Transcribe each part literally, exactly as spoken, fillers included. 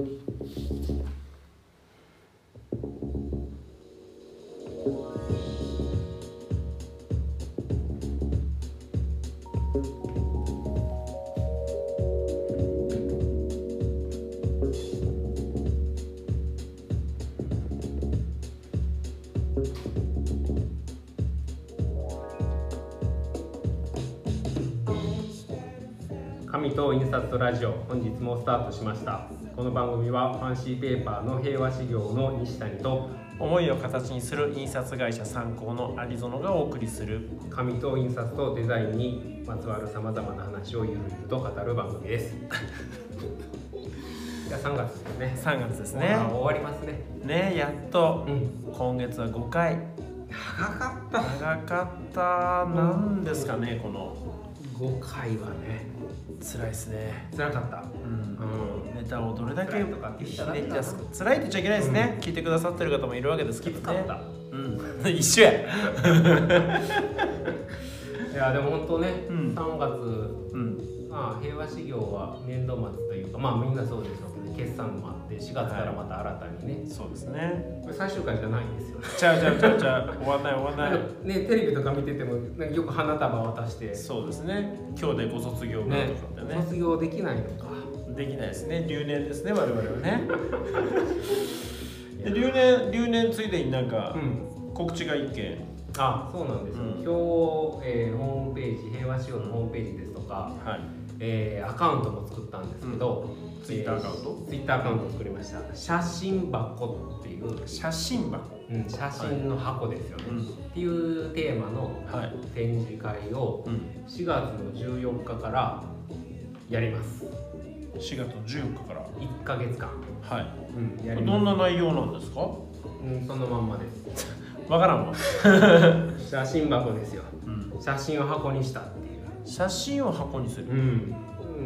紙と印刷とラジオ、本日もスタートしました。この番組はファンシーペーパーの平和事業の西谷と思いを形にする印刷会社三幸の有園がお送りする紙と印刷とデザインにまつわるさまざまな話をゆるゆると語る番組です。いやさんがつですね。 さんがつですね。 終わりますね。 ね、やっと、 うん、 今月はごかい。 長かった。 長かった。なんですかね、このごかいはね。 辛いですね。 辛かった。 うんうん、ネタをどれだけとかって言ったらひねり出すか。辛いって言っちゃいけないですね、うん。聞いてくださってる方もいるわけですからね。 きつかった。 うん、一緒や。いやでも本当ね、うん、さんがつ、 うん、 まあ平和事業は年度末というか、まあみんなそうでしょうけど、決算もあってしがつからまた新たにね、はい、 そうですね。 これ最終回じゃないんですよ。 ちゃうちゃうちゃうちゃう、終わんない終わんない。 ね、テレビとか見ててもなんかよく花束渡して、 そうですね。今日でご卒業がとかってね。 卒業できないのか。 できないですね。留年ですね、我々はね。で留年留年ついでになんか、うん、告知が一件。 あ、そうなんですよ。うん、今日、えー、ホームページ、平和仕様のホームページですとか、はい、えー、アカウントも作ったんですけど、 うん、ツイッターアカウント、 ツイッターアカウントを作りました。写真箱っていう、 写真箱、 うん、写真の箱ですよね、はい、っていうテーマの展示会をしがつのじゅうよっかからやります。 しがつのじゅうよっかからいっかげつかん、 はい、うん、やります。どんな内容なんですか？ うん、そのまんまです。 わからんわ。 写真箱ですよ、うん、写真を箱にしたっていう。 写真を箱にする、うん、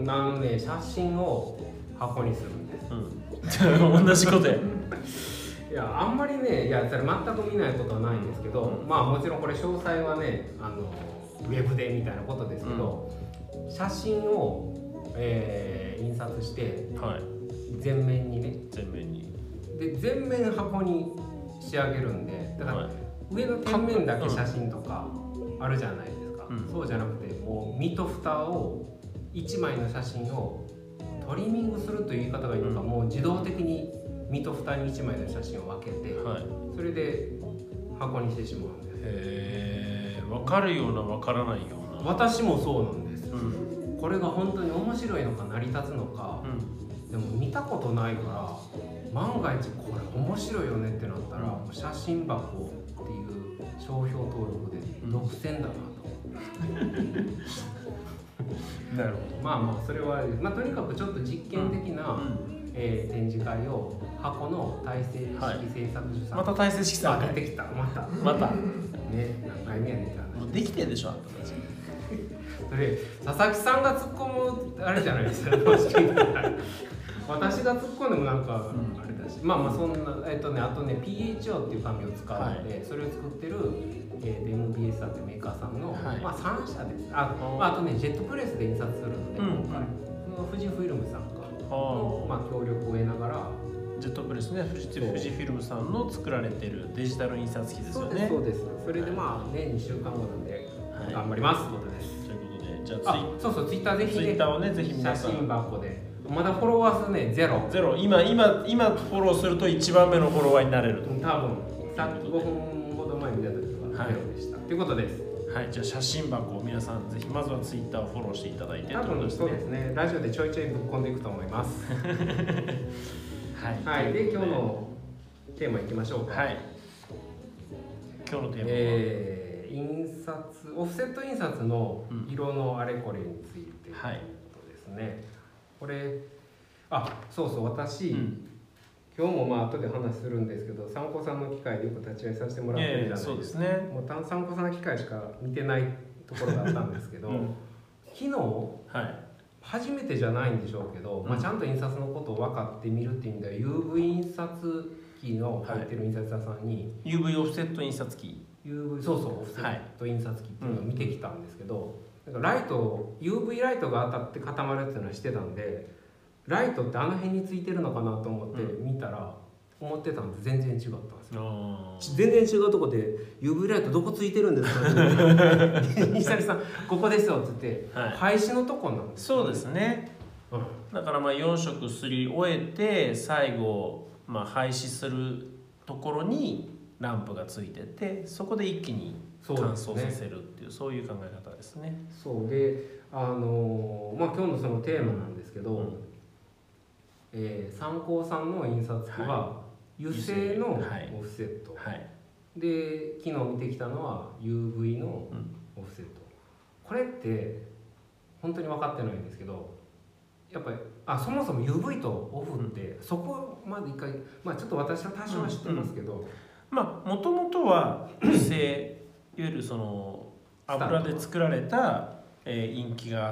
あのね、写真を箱にするんです、 うん、同じことや。 いや、あんまりね、いや、それ全く見ないことはないんですけど、うん、まあもちろんこれ詳細はね、あのウェブでみたいなことですけど、うん、写真を、えー、印刷して、はい、全面にね、 全面にで全面箱に仕上げるんで、だから、はい、上の天面だけ写真とかあるじゃないですか、うん、そうじゃなくてもう身と蓋をいちまいの写真をトリミングするという言い方がいいのか、うん、もう自動的に身と蓋にいちまいの写真を分けて、はい、それで箱にしてしまうんです。 へー、分かるような分からないような。 私もそうなんです、うん、これが本当に面白いのか成り立つのか、うん、でも見たことないから万が一これ面白いよねってなったら、うん、写真箱っていう商標登録で独占だなと、うん、なるほど。まあまあそれは、まあ、とにかくちょっと実験的な、うん、えー、展示会を箱の大成式製作所さん、 はい、また大成式さん出てきた、またまたね、 何回目やねんって話。 もうできてるでしょ、あんたたち。 それ佐々木さんが突っ込むあれじゃないですか。私が突っ込んでもなんかあれだし、うん、まあまあそんな、えっとね、あとね ピーエイチオー っていう紙を使うので、はい、それを作ってる、えー、エムビーエス さんっていうメーカーさんの、はい、まあさんしゃです。あ、まあ、あとねジェットプレスで印刷するので、うん、今回その富士フイルムさんかの、まあ、協力を得ながら。 ジェットプレスね、富士フィルムさんの作られてるデジタル印刷機ですよね。 そうです、そうです。それでまあ年にしゅうかんごなんで頑張りますということです。 ということで、じゃあツイあ、そうそう、ツイッターぜひね、 ツイッターをね、ぜひ皆さん。 写真箱で。まだフォロワー数ね、ゼロ。 ゼロ。今、今、今フォローするといちばんめのフォロワーになれると。 多分、さっきごふんほど前に見た時はゼロでした。ということです。 はい、じゃあ写真箱を皆さんぜひまずはツイッターをフォローしていただいて。 多分そうですね。ラジオでちょいちょいぶっ込んでいくと思います。はい、はい、で今日のテーマいきましょうか。 はい。今日のテーマは、 えー、印刷オフセット印刷の色のあれこれについてということですね。これあそうそう私、うん、今日もまあ後で話するんですけど、参考さんの機会でよく立ち会いさせてもらってるじゃないですか。 そうですね。 もう参考さんの機会しか見てないところがあったんですけど、うん、昨日、はい初めてじゃないんでしょうけど、うんまあ、ちゃんと印刷のことを分かってみるっていう意味では ユーブイ 印刷機の入ってる印刷屋さんに、はい、 ユーブイ オフセット印刷機ユーブイ そうそうオフセット印刷機っていうのを見てきたんですけど、はいうん、なんかライト ユーブイ ライトが当たって固まるっていうのはしてたんでライトってあの辺についてるのかなと思って見たら、思ってたんで全然違ったんですよ。全然違うとこで ユーブイ ライトどこついてるんですかって西谷さんここですよって言って、はい、廃止のとこなんです、 ね、そうですね、うん、だからまあよん色すり終えて最後、まあ、廃止するところにランプがついてて、そこで一気に乾燥させるっていう、そういう考え方ですね。 そうで、あのー、まあ今日のそのテーマなんですけど、うん、えー、三幸さんの印刷機は油性のオフセット、はいはい、で昨日見てきたのは ユーブイ のオフセット、うん、これって本当に分かってないんですけど、やっぱりあそもそも ユーブイ とオフって、うん、そこまで一回、まあちょっと私は多少は知ってますけど、うんうん、 まあもともとは油性いわゆるその油で作られたえー、インキがあって、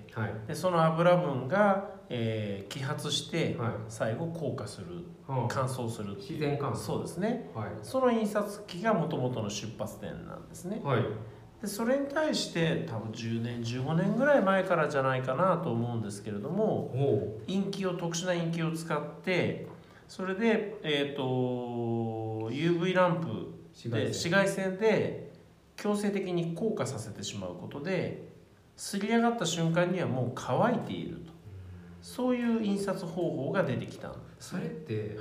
はい、でその油分が、えー、揮発して最後硬化する、はい、乾燥する自然乾燥、 そうですね、はい、その印刷機がもともとの出発点なんですね、はい、でそれに対して多分じゅうねんじゅうごねんぐらい前からじゃないかなと思うんですけれども、インキを特殊なインキを使ってそれで、えー、と ユーブイ ランプで紫外線で強制的に硬化させてしまうことですり上がった瞬間にはもう乾いていると、そういう印刷方法が出てきたんです、 ね、それって、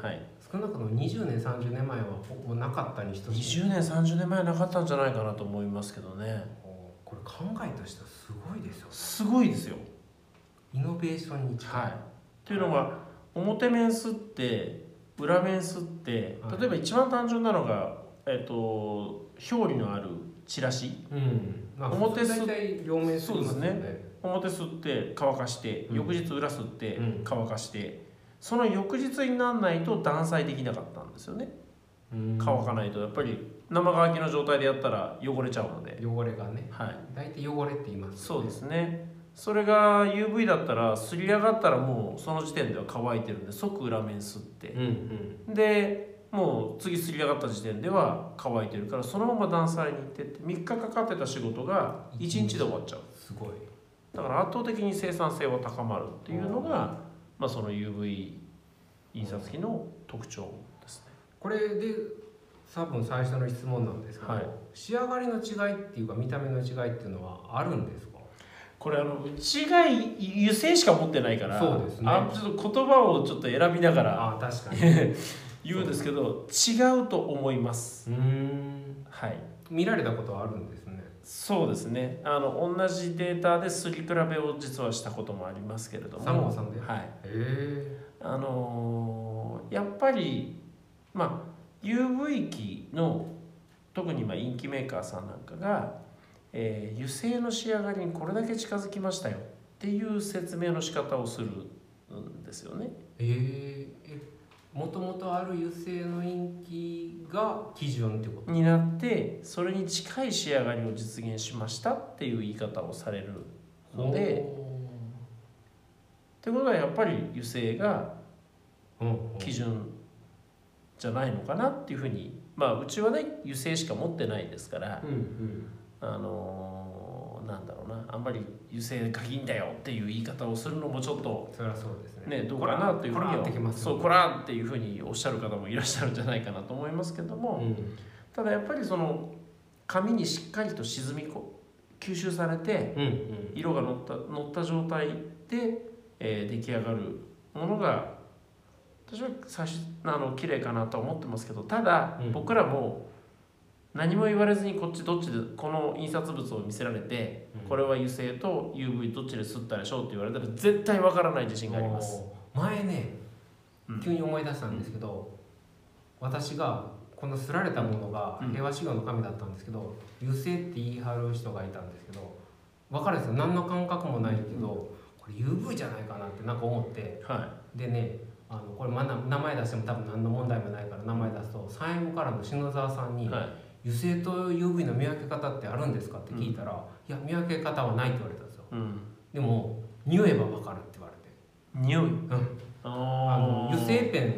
はい、少なくともにじゅうねんさんじゅうねんまえはもうなかったに等しい。 にじゅうねんさんじゅうねんまえなかったんじゃないかなと思いますけどね。 これ考えとしてはすごいですよね。 すごいですよ。 イノベーションに近い、はい、 というのは表面吸って裏面吸って、例えば一番単純なのが、えー、と表裏のあるチラシ、うん、まあ、表吸って両面吸いますよね。表吸って乾かして、うん、翌日裏吸って乾かして、うん、その翌日にならないと断裁できなかったんですよね。うん、乾かないとやっぱり生乾きの状態でやったら汚れちゃうので、 汚れがね、はい、大体汚れって言います、ね、 そうですね。それが ユーブイ だったらすり上がったらもうその時点では乾いてるんで即裏面吸って、うんうん、でもう次すり上がった時点では乾いてるからそのまま断裁に行ってってみっかかかってた仕事がいちにちで終わっちゃう。 すごい。 だから圧倒的に生産性は高まるっていうのが、まあ、その ユーブイ 印刷機の特徴ですね。 これで多分最初の質問なんですけど、はい、仕上がりの違いっていうか見た目の違いっていうのはあるんですか？ これあのうちが油性しか持ってないから、 そうですね、 あちょっと言葉をちょっと選びながらあ確かに言うんですけど違うと思います。うーん、はい、 見られたことはあるんですね。 そうですね、あの同じデータですり比べを実はしたこともありますけれども、 三幸さんで、 はい、へあのー、やっぱりまあ ユーブイ 機の特にまあインキメーカーさんなんかがえー、油性の仕上がりにこれだけ近づきましたよっていう説明の仕方をするんですよね。 えー、もともとある油性のインキが基準ってことになってそれに近い仕上がりを実現しましたっていう言い方をされるので、ってことはやっぱり油性が基準じゃないのかなっていうふうに、まあうちはね油性しか持ってないですから、うんうん、あのー、なんだろうな、あんまり油性がいいんだよっていう言い方をするのもちょっとそりゃそうですね、 ね、どうかなというふうには、そうこらっていうふうにおっしゃる方もいらっしゃるんじゃないかなと思いますけども、うん、ただやっぱりその紙にしっかりと沈みこ吸収されて、うんうん、色が乗った乗った状態で、えー、出来上がるものが私は最初あの綺麗かなと思ってますけど、ただ、うん、僕らも何も言われずにこっちどっちでこの印刷物を見せられて、うん、これは油性と ユーブイ どっちで吸ったでしょうって言われたら絶対わからない自信があります。 前ね、急に思い出したんですけど、うん、私がこの刷られたものが平和修行の神だったんですけど、うん、油性って言い張る人がいたんですけど、分かるんですよ、何の感覚もないけど、うん、これ ユーブイ じゃないかなってなんか思って、はい、でね、あのこれま名前出しても多分何の問題もないから名前出すと、サイムからの篠沢さんに、はい、油性と ユーブイ の見分け方ってあるんですかって聞いたら、うん、いや見分け方はないって言われたんですよ、うん、でも匂えば分かるって言われて、 匂い、うん、 あの油性ペン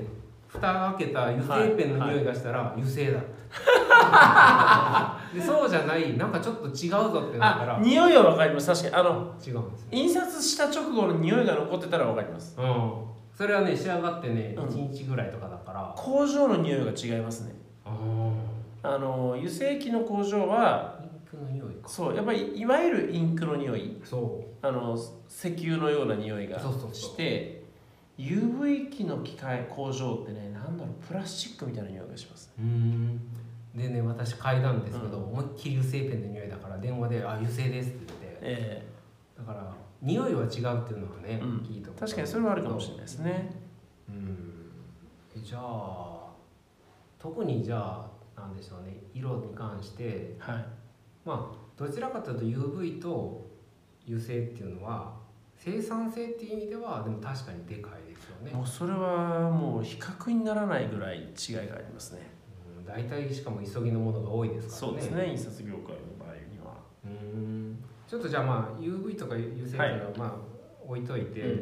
蓋開けた油性ペンの匂いがしたら油性だ、はい、でそうじゃないなんかちょっと違うぞってなったら匂いは分かります。確かにあの違うんです、ね、 印刷した直後の匂いが残ってたら分かります、 うん、それはね仕上がってね、うん、いちにちぐらいとかだから工場の匂いが違いますね。ああの油性機の工場はインクの匂いか。 そうやっぱりいわゆるインクの匂い、 そうあの石油のような匂いがして、そうそうそう ユーブイ 機の機械工場ってね、なんだろうプラスチックみたいな匂いがします、ね、 うんでね私嗅いだんですけど、うん、思いっきり油性ペンの匂いだから電話で「あ油性です」って言って、えー、だから匂いは違うっていうのはね、うん、聞いたこと確かにそれはあるかもしれないですね。 うんじゃあ特にじゃあなんでしょうね色に関して、はい、まあどちらかというと ユーブイ と油性っていうのは生産性っていう意味ではでも確かにでかいですよね。 もうそれはもう比較にならないぐらい違いがありますね。 うん、大体しかも急ぎのものが多いですからね。 そうですね印刷業界の場合には。 うんちょっとじゃあまあ ユーブイ とか油性からまあ置いといて、はい、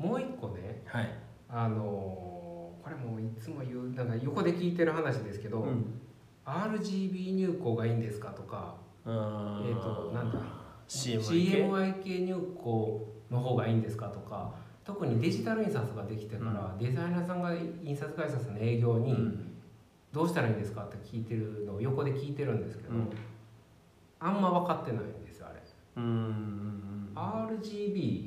もう一個ね、はい、あのこれもいつも言うなんか横で聞いてる話ですけど、うん、アールジービー 入稿がいいんですかとか、えっ、ー、となんだ シーエムワイ 系入稿の方がいいんですかとか、特にデジタル印刷ができてから、うん、デザイナーさんが印刷会社さんの営業に、うん、どうしたらいいんですかって聞いてるのを横で聞いてるんですけど、うん、あんま分かってないんですよあれ。うん アールジービ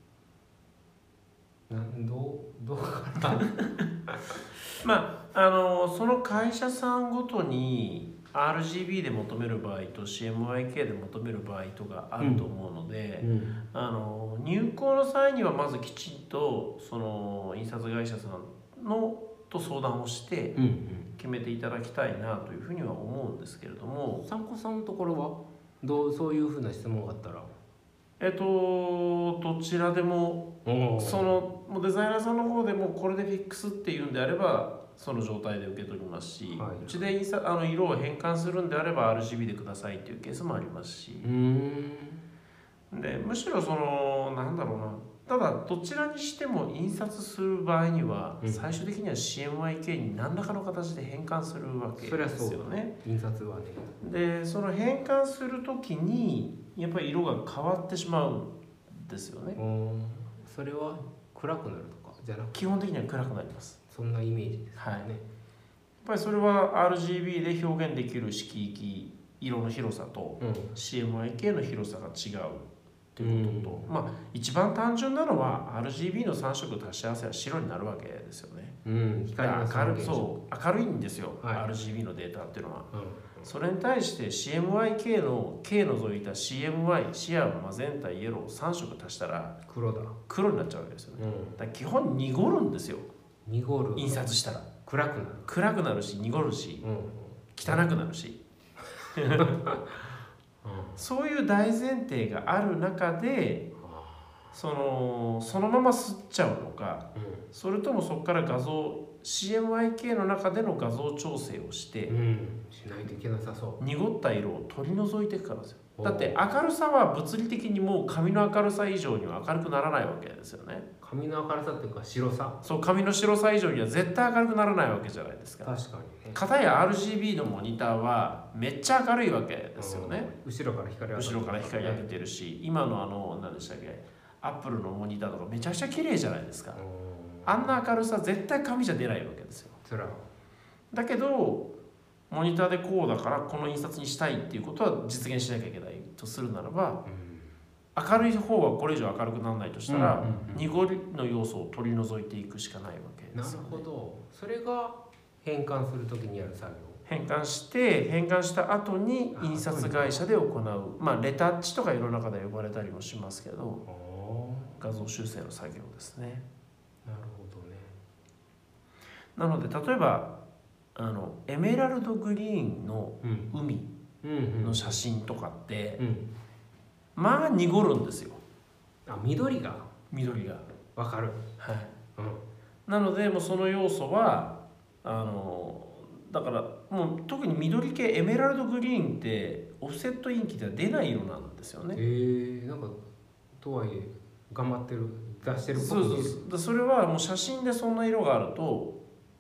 ー なんどうどうかなまああのその会社さんごとにアールジービー で求める場合と シーエムワイケー で求める場合とかあると思うので、うんうん、あの入稿の際にはまずきちんとその印刷会社さんのと相談をして決めていただきたいなというふうには思うんですけれども、 さんこさんのところはどうそういうふうな質問があったらえっとどちらでもそのデザイナーさんの方でもこれでフィックスっていうんであればその状態で受け取りますし、はい、うちで印刷あの色を変換するんであれば アールジービー でくださいっていうケースもありますし、うーんでむしろそのなんだろうなただどちらにしても印刷する場合には、うん、最終的には シーエムワイケー に何らかの形で変換するわけですよね。 印刷はね。 でその変換するときにやっぱり色が変わってしまうんですよね。 それは暗くなるとかじゃなくて基本的には暗くなります。 そんなイメージですね、はい、やっぱりそれは アールジービー で表現できる色域色の広さと シーエムワイケー の広さが違うっていうことと、うん、まあ一番単純なのは アールジービー のさん色足し合わせは白になるわけですよね。うん、光が明るいそう明るいんですよ、はい、アールジービー のデータっていうのは、うん、それに対して シーエムワイケー の K 除いた シーエムワイ シアンマゼンタイエローさん色足したら黒だ黒になっちゃうわけですよね、うん、だから基本濁るんですよ。 濁る印刷したら暗くなる暗くなるし濁るし、うん、汚くなるし、うん、そういう大前提がある中でそのそのまま吸っちゃうのか、うん、それともそこから画像 シーエムワイケー の中での画像調整をして、うん、 しないといけなさそう濁った色を取り除いていくからですよ。だって明るさは物理的にもう紙の明るさ以上には明るくならないわけですよね。 紙の明るさっていうか白さそう紙の白さ以上には絶対明るくならないわけじゃないですか。 確かにね。 片や アールジービー のモニターはめっちゃ明るいわけですよね。 後ろから光が後ろから光が出てるし今のあの何でしたっけアップルのモニターとかめちゃくちゃ綺麗じゃないですか。あんな明るさ絶対紙じゃ出ないわけですよ。だけどモニターでこうだからこの印刷にしたいっていうことは実現しなきゃいけないとするならば、うん、明るい方はこれ以上明るくならないとしたら、うんうんうん、濁りの要素を取り除いていくしかないわけですよね。 なるほど。それが変換するときにやる作業。 変換して変換した後に印刷会社で行うまあレタッチとか世の中で呼ばれたりもしますけど画像修正の作業ですね。 なるほどね。 なので例えばあのエメラルドグリーンの海の写真とかって、うんうんうん、まあ濁るんですよ。 あ緑が緑がわかる。 はい、うん、なのでもうその要素はあのだからもう特に緑系エメラルドグリーンってオフセットインキでは出ない色なんですよね。 へえなんかとはいえ頑張ってる出してるっぽく見える。 そうそうそれはもう写真でそんな色があると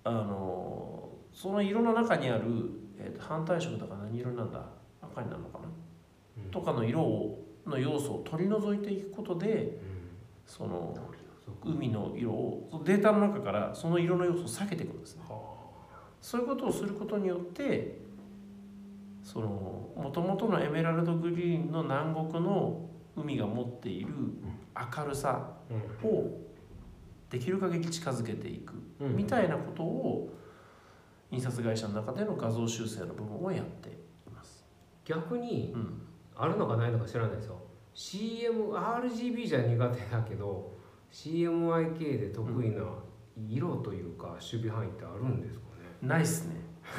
あのその色の中にある、えー、と反対色だから何色なんだ赤になるのかな、うん、とかの色をの要素を取り除いていくことで、うん、その海の色をデータの中からその色の要素を避けていくんですね。そういうことをすることによってその元々のエメラルドグリーンの南国の海が持っている明るさをできる限り近づけていくみたいなことを印刷会社の中での画像修正の部分をやっています。 逆に、うん、あるのかないのか知らないですよ。 シーエムアールジービー じゃ苦手だけど シーエムワイケー で得意な色というか守備範囲ってあるんですかね。 ないっすね。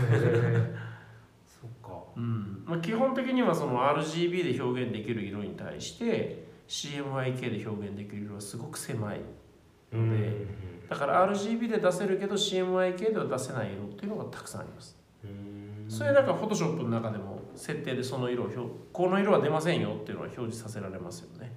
そっか、 うんまあ、基本的にはその アールジービー で表現できる色に対して シーエムワイケー で表現できる色はすごく狭いので、だから アールジービー で出せるけど シーエムワイケー では出せない色っていうのがたくさんあります。それなんか Photoshop の中でも設定でその色を表この色は出ませんよっていうのは表示させられますよね。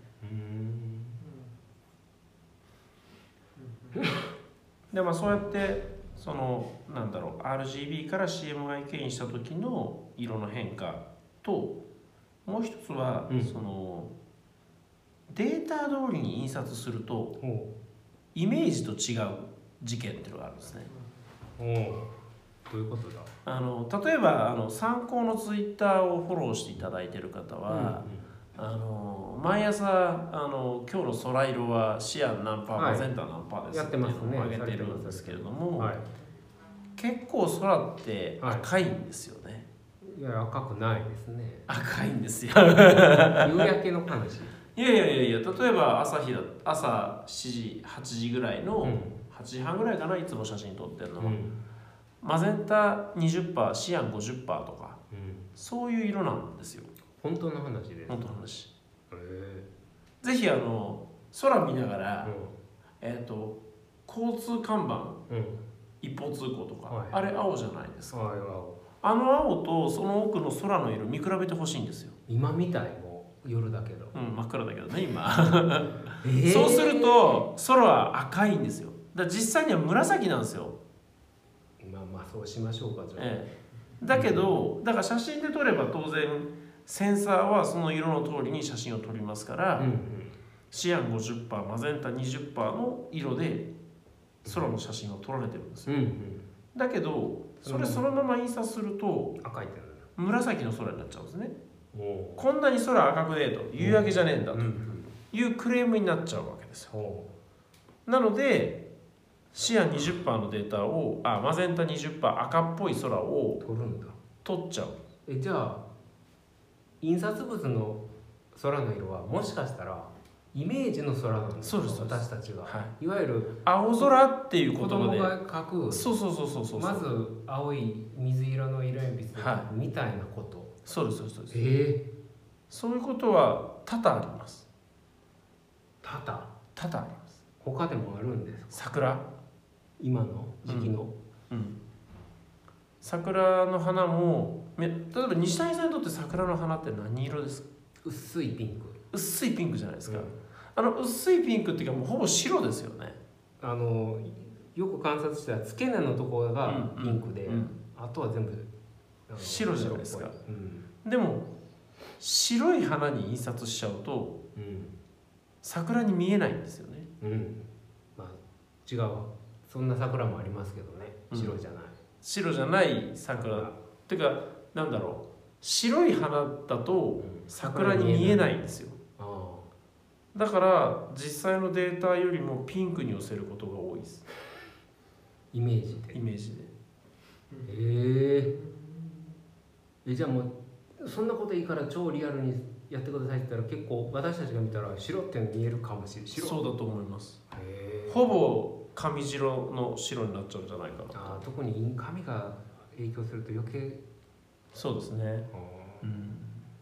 でまあそうやってそのなんだろう アールジービー から シーエムワイケー にした時の色の変化ともう一つは、うん、そのデータ通りに印刷するとイメージと違う事件っていうのがあるんですね。 おどういうことだ。 あの例えばあの参考のツイッターをフォローしていただいている方は、うんうん、あの毎朝あの今日の空色はシアン何パー、はい、マゼンタ何パーですっていうのを上げてるんですけれども、はい、結構空って赤いんですよね。 はい、いや赤くないですね。 赤いんですよ。 夕焼けの話。 いやいやいやいや、例えば朝日だ朝しちじはちじぐらいの、うん、はちじはんぐらいかないつも写真撮ってるのは、うん、マゼンタ にじゅっパーセント シアン ごじゅっパーセント とか、うん、そういう色なんですよ。 本当の話です。 本当の話。ぜひあの空見ながら、うん、えっと交通看板、うん、一方通行とか、はい、あれ青じゃないですか、はい、あの青とその奥の空の色見比べてほしいんですよ。 今みたいも夜だけど、 うん、真っ暗だけどね今、えー、そうすると空は赤いんですよ。だから実際には紫なんですよ。 まあまあそうしましょうかじゃあ、 ええ、だけどだから写真で撮れば当然センサーはその色の通りに写真を撮りますから、うんうん、シアン ごじゅっパーセント マゼンタ にじゅっパーセント の色で空の写真を撮られてるんですよ、うんうん、だけどそれそのまま印刷すると赤いって紫の空になっちゃうんですね。こんなに空赤くねえと夕焼けじゃねえんだというクレームになっちゃうわけですよ。なのでシアン にじゅっパーセント のデータをあマゼンタ にじゅっパーセント 赤っぽい空を撮るんだ撮っちゃう。 えじゃあ印刷物の空の色はもしかしたらイメージの空なんですか。そうです私たちが、はい、いわゆる青空っていう言葉で子供が描くそうそうそうそうそうまず青い水色の色鉛筆で描くみたいなこと、はい、 そうですそうです、 えー、 そういうことは多々あります。 多々 多々あります。 他でもあるんですか。 桜今の時期の、 うんうん、桜の花も例えば西谷さんにとって桜の花って何色ですか。 薄いピンク。 薄いピンクじゃないですか、うん、あの薄いピンクっていうかもうほぼ白ですよね。 あのよく観察したら付け根のところがピンクで、うんうん、あとは全部白じゃないですか、うん、でも白い花に印刷しちゃうと、うん、桜に見えないんですよね、 うんまあ、違うそんな桜もありますけどね。白じゃない、うん、 白じゃない桜っていうかなんだろう白い花だと桜に見えないんですよ、うん、だから実際のデータよりもピンクに寄せることが多いです。 イメージでイメージでへえじゃあもうそんなこといいから超リアルにやってくださいって言ったら結構私たちが見たら白って見えるかもしれない。 そうだと思います。へほぼ紙白の白になっちゃうんじゃないかなと。 あ特に紙が影響すると余計そうですね、うん、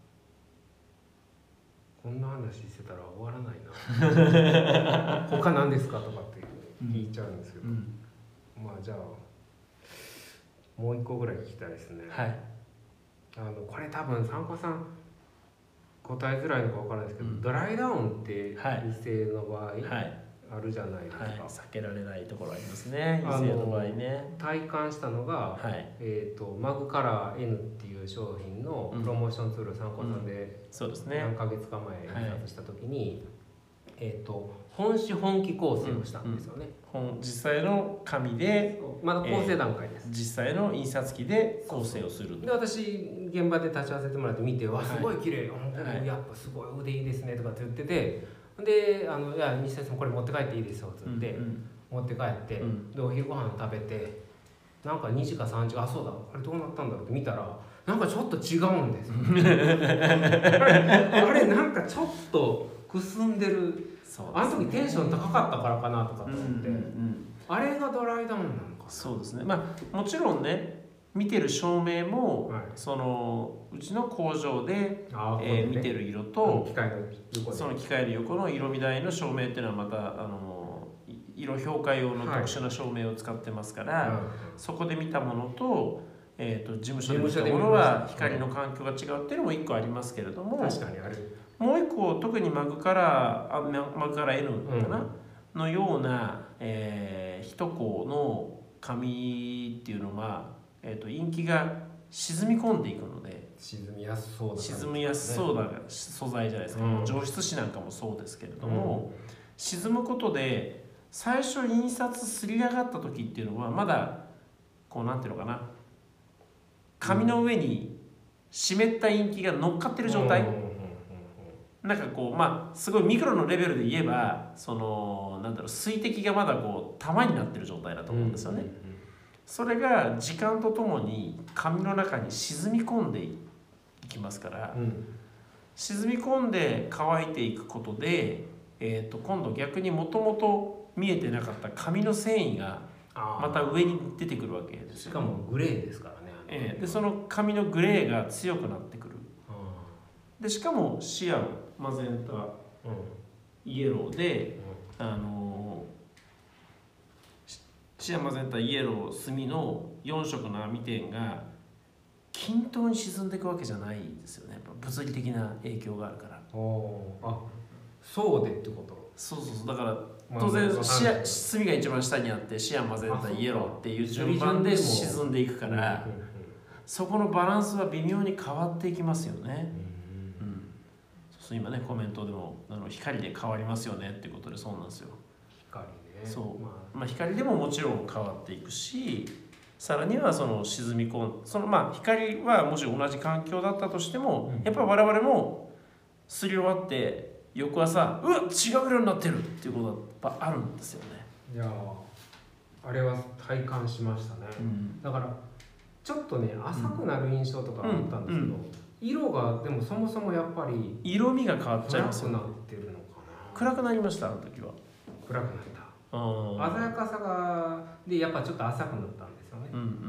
こんな話してたら終わらないな他何ですかとかって聞いちゃうんですけど、うん、まあじゃあもう一個ぐらい聞きたいですね。 はいあのこれ多分参考さん答えづらいのか分からないですけど、うん、ドライダウンって異性の場合、はい、 あるじゃないですか、はい、 避けられないところありますね、異性の場合ね。 体感したのが、はい、えー、とマグカラー N っていう商品のプロモーションツール参考さんで何ヶ月か前に印刷した時に、えー、と本紙本気構成をしたんですよね、 うんうん、実際の紙でまだ構成段階です、 えー、実際の印刷機で構成をする。 で私現場で立ち会わせてもらって見て、わすごい綺麗、はい、やっぱすごい腕いいですねとかって言ってて、で、あのいや西谷さんこれ持って帰っていいですよって言って、うんうん、持って帰って、うん、でお昼ご飯食べて、なんかにじかさんじか、あそうだあれどうなったんだろうって見たら、なんかちょっと違うんですよあれなんかちょっとくすんでる、そうですね、あの時テンション高かったからかなとかと思って、うんうんうん、あれがドライダウンなのかな。 そうですね、まあもちろんね見てる照明も、はい、そのうちの工場で、えー、見てる色と、 機械の横その機械の横の色味台の照明っていうのはまたあの色評価用の特殊な照明を使ってますから、はい、そこで見たものと、えー、と事務所で見たものは光の環境が違うっていうのもいっこありますけれども、 確かにある。 もういっこ特にマグカラーあマグカラー N かな、うん、のような、えー、一個の紙っていうのは、えー、と陰気が沈み込んでいくので、 沈みやすそうだ、ね、 沈みやすそうな素材じゃないですか、うん、上質紙なんかもそうですけれども、うん、沈むことで最初印刷すり上がった時っていうのはまだこうなんていうのかな、紙の上に湿った陰気が乗っかってる状態、うん、なんかこうまあすごいミクロのレベルで言えば、そのなんだろう、水滴がまだこう玉になってる状態だと思うんですよね、うんうんうん、それが時間とともに紙の中に沈み込んでいきますから、うん、沈み込んで乾いていくことで、えー、と今度逆にもともと見えてなかった紙の繊維がまた上に出てくるわけですよ、ね、 しかもグレーですからね、 えー、でその紙のグレーが強くなってくる、でしかもシアン、マゼンタ、うん、イエローで、うん、あのシアン、マゼンタ、イエロー、墨のよん色の網点が均等に沈んでいくわけじゃないですよね、やっぱ物理的な影響があるから。 おあ、そうでってこと。 そうそうそう、だから当然シア墨が一番下にあってシアン、マゼンタ、イエローっていう順番で沈んでいくから、うんうんうん、そこのバランスは微妙に変わっていきますよね、うんうん、そうそう、今ねコメントでもあの光で変わりますよねっていうことでそうなんですよ。 光ね、 そう、まあ、まあ光でももちろん変わっていくし、さらにはその沈み込んそのまあ光はもし同じ環境だったとしても、うん、やっぱり我々もすり終わって翌朝うわ違う色になってるっていうことがやっぱあるんですよね。 いやあれは体感しましたね、うん、だからちょっとね浅くなる印象とかあったんですけど、うんうん、色がでもそもそもやっぱり色味が変わっちゃいますよね。 暗くなってるのかな。 暗くなりました、あの時は。 暗くなった。鮮やかさがでやっぱちょっと浅くなったんですよね、うんうんうんうん、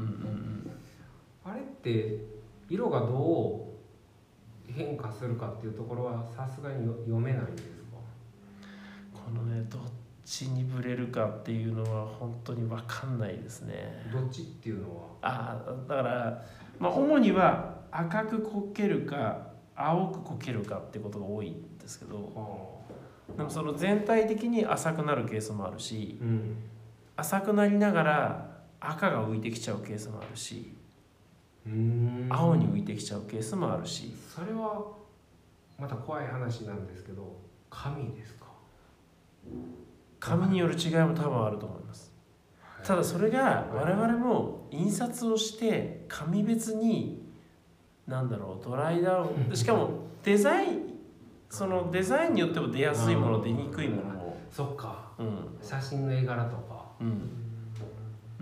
あれって色がどう変化するかっていうところはさすがに読めないんですか。 このねどっちにぶれるかっていうのは本当に分かんないですね。 どっちっていうのはあだから、まあ、主には赤くこけるか青くこけるかってことが多いんですけど、はあ、でもその全体的に浅くなるケースもあるし、うん、浅くなりながら赤が浮いてきちゃうケースもあるし、うーん青に浮いてきちゃうケースもあるし。 それはまた怖い話なんですけど紙ですか。 紙による違いも多分あると思います。ただそれが我々も印刷をして紙別に何だろうドライダウンしかもデザインそのデザインによっても出やすいもの出にくいものもそっか、うん、写真の絵柄とか、うんうんうん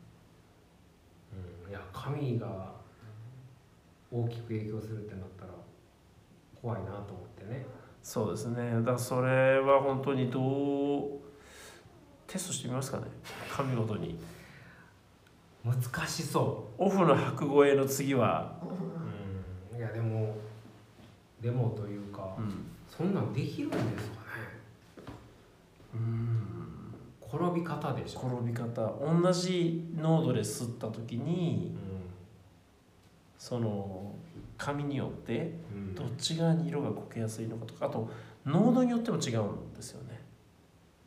、いや紙が大きく影響するってなったら怖いなと思ってね。 そうですね。だからそれは本当にどうテストしてみますかね、紙ごとに。 難しそう。 オフの白越えの次は、 うん、いやでもでもというか、うん、そんなんできるんですかね。うん転び方でしょ。 転び方同じ濃度で吸った時に、うん、その紙によってどっち側に色がこけやすいのかとか、あと濃度によっても違うんですよね。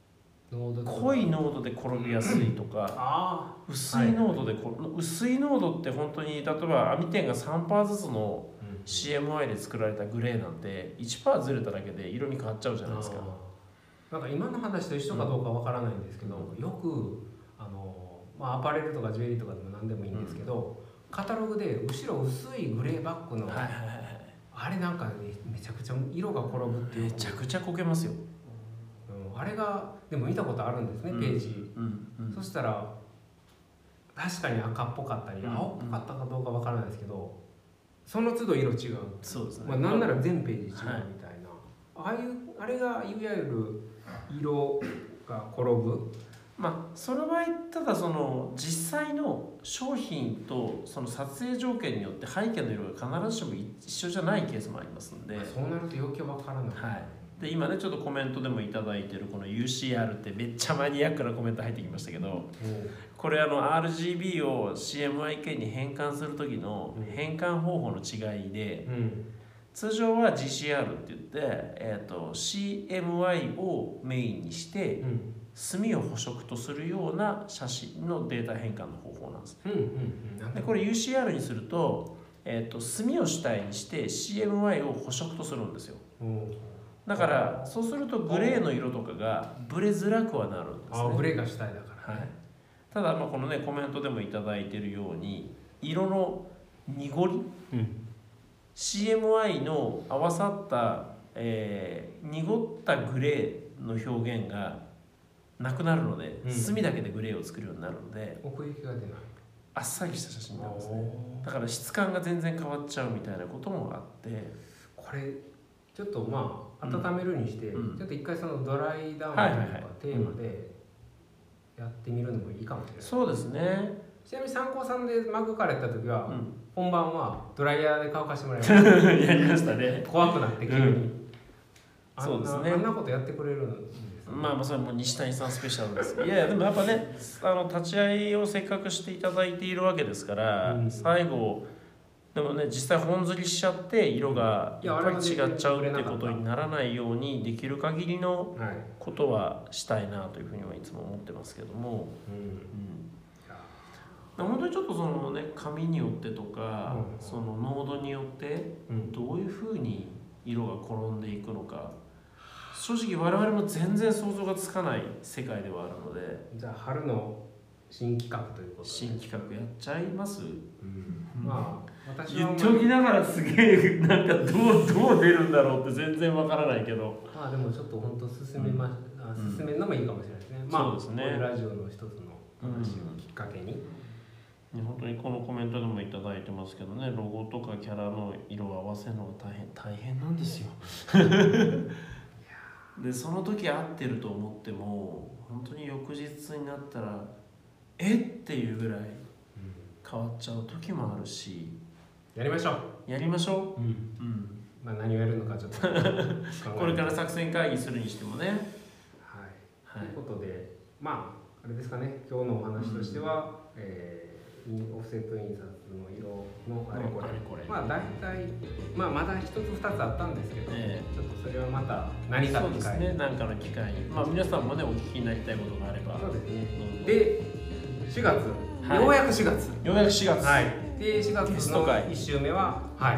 濃い濃度で転びやすいとか薄い濃度で、はい、薄い濃度って本当に例えば網点が さんパーセント ずつの シーエムワイ で作られたグレーなんて いちパーセント ずれただけで色味変わっちゃうじゃないですか。 なんか今の話と一緒かどうかわからないんですけど、うん、よくあの、まあ、アパレルとかジュエリーとかでも何でもいいんですけど、うん、カタログで後ろ薄いグレーバックの、はいはいはい、あれなんか、ね、めちゃくちゃ色が転ぶっていう。 めちゃくちゃこけますよ。 あれがでも見たことあるんですね、ページ、うんうんうん、そしたら確かに赤っぽかったり、うんうん、青っぽかったかどうかわからないですけど、その都度色違う。 そうですね、 まあ、なんなら全ページ違うみたいな、はい、ああいうあれがいわゆる色が転ぶ。 まあその場合ただその実際の商品とその撮影条件によって背景の色が必ずしも一緒じゃないケースもありますので、 そうなると余計わからない、 はい。で今ねちょっとコメントでもいただいてるこの ユーシーアール ってめっちゃマニアックなコメント入ってきましたけど、これあの アールジービー を シーエムワイケー に変換する時の変換方法の違いで、通常は ジーシーアール って言って、えーと シーエムワイ をメインにして墨を補色とするような写真のデータ変換の方法なんです。でこれ ユーシーアール にすると、えーと墨を主体にして シーエムワイ を補色とするんですよ。だからそうするとグレーの色とかがブレづらくはなるんですね。 あ、グレーが主体だから、 はい、ただまあこのねコメントでもいただいているように色の濁り、うん、シーエムワイ の合わさった、えー、濁ったグレーの表現がなくなるので、うん、墨だけでグレーを作るようになるので奥行きが出ない、 あっさりした写真なんですね。だから質感が全然変わっちゃうみたいなこともあって、 これちょっとまあ温めるにして、うん、ちょっと一回そのドライダウンとかテーマでやってみるのもいいかもしれない。 そうですね。 ちなみに参考さんでマグカレーやった時は、うん、本番はドライヤーで乾かしてもらいましたやりましたね。 怖くなって急に、うん、 そうですね。 あんなことやってくれるんですね。 まあまあそれも西谷さんスペシャルです。いやいやでもやっぱね、あの立ち会いをせっかくしていただいているわけですから、うん、最後でもね実際本釣りしちゃって色がやっぱり違っちゃうってことにならないようにできる限りのことはしたいなというふうにはいつも思ってますけども、うんうん、本当にちょっとそのね紙によってとか、うん、その濃度によってどういうふうに色が転んでいくのか、正直我々も全然想像がつかない世界ではあるので。 じゃあ春の新企画ということで新企画やっちゃいます、うん、 まあ私は言っておきながらすげえなんかどうどう出るんだろうって全然わからないけど、 まあでもちょっと本当進めま、うん、進めるのもいいかもしれないですね、うん、まあそうですね、こういうラジオの一つの話をきっかけに、 うん、本当にこのコメントでもいただいてますけどね、ロゴとかキャラの色を合わせるのが大変大変なんですよでその時合ってると思っても本当に翌日になったらえっていうぐらい変わっちゃう時もあるし、 やりましょうやりましょう、うんうん、 まあ何をやるのかちょっとこれから作戦会議するにしてもね、 はい、はい、ということでまああれですかね、今日のお話としては、うん、えー、オフセット印刷の色のあれこれ、これまあ大体、まあ、まだ一つ二つあったんですけど、えー、ちょっとそれはまた何かの機会に、そうですね、 何かの機会に、まあ、皆さんもねお聞きになりたいことがあれば、 そうですね、でしがつ、はい、ようやくしがつようやくしがつ、 はい、でしがつのいっ週目は、はい、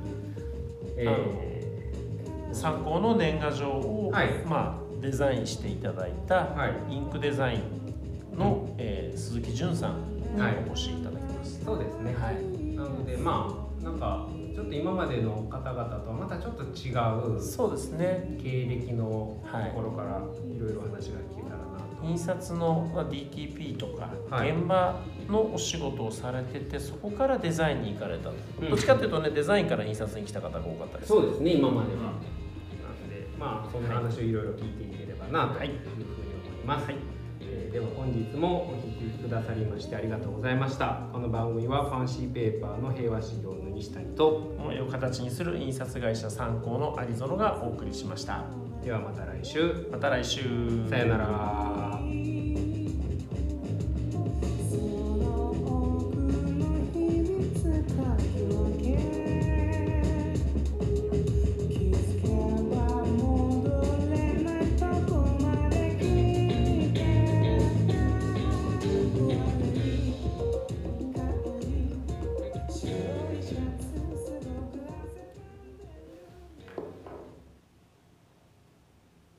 えー、参考の年賀状を、はい、まあ、デザインしていただいた、はい、インクデザインの、うん、えー、鈴木純さんにお越しいただきます、 はい、そうですね、はい、なのでまあなんかちょっと今までの方々とはまたちょっと違う、 そうですね、 経歴のところからいろいろ話が聞けたらなと。 印刷の ディーティーピー とか、はい、現場のお仕事をされてて、そこからデザインに行かれたと、うん、どっちかっていうとねデザインから印刷に来た方が多かったです。 そうですね、今までは、うん、なのでまあそんな話をいろいろ聞いていければなというふうに思います、はい、えー、では本日もお聞きくださりましてありがとうございました。この番組はファンシーペーパーの平和資料の西谷と思いを形にする印刷会社参考の有園がお送りしました。 ではまた来週。 また来週。 さよなら。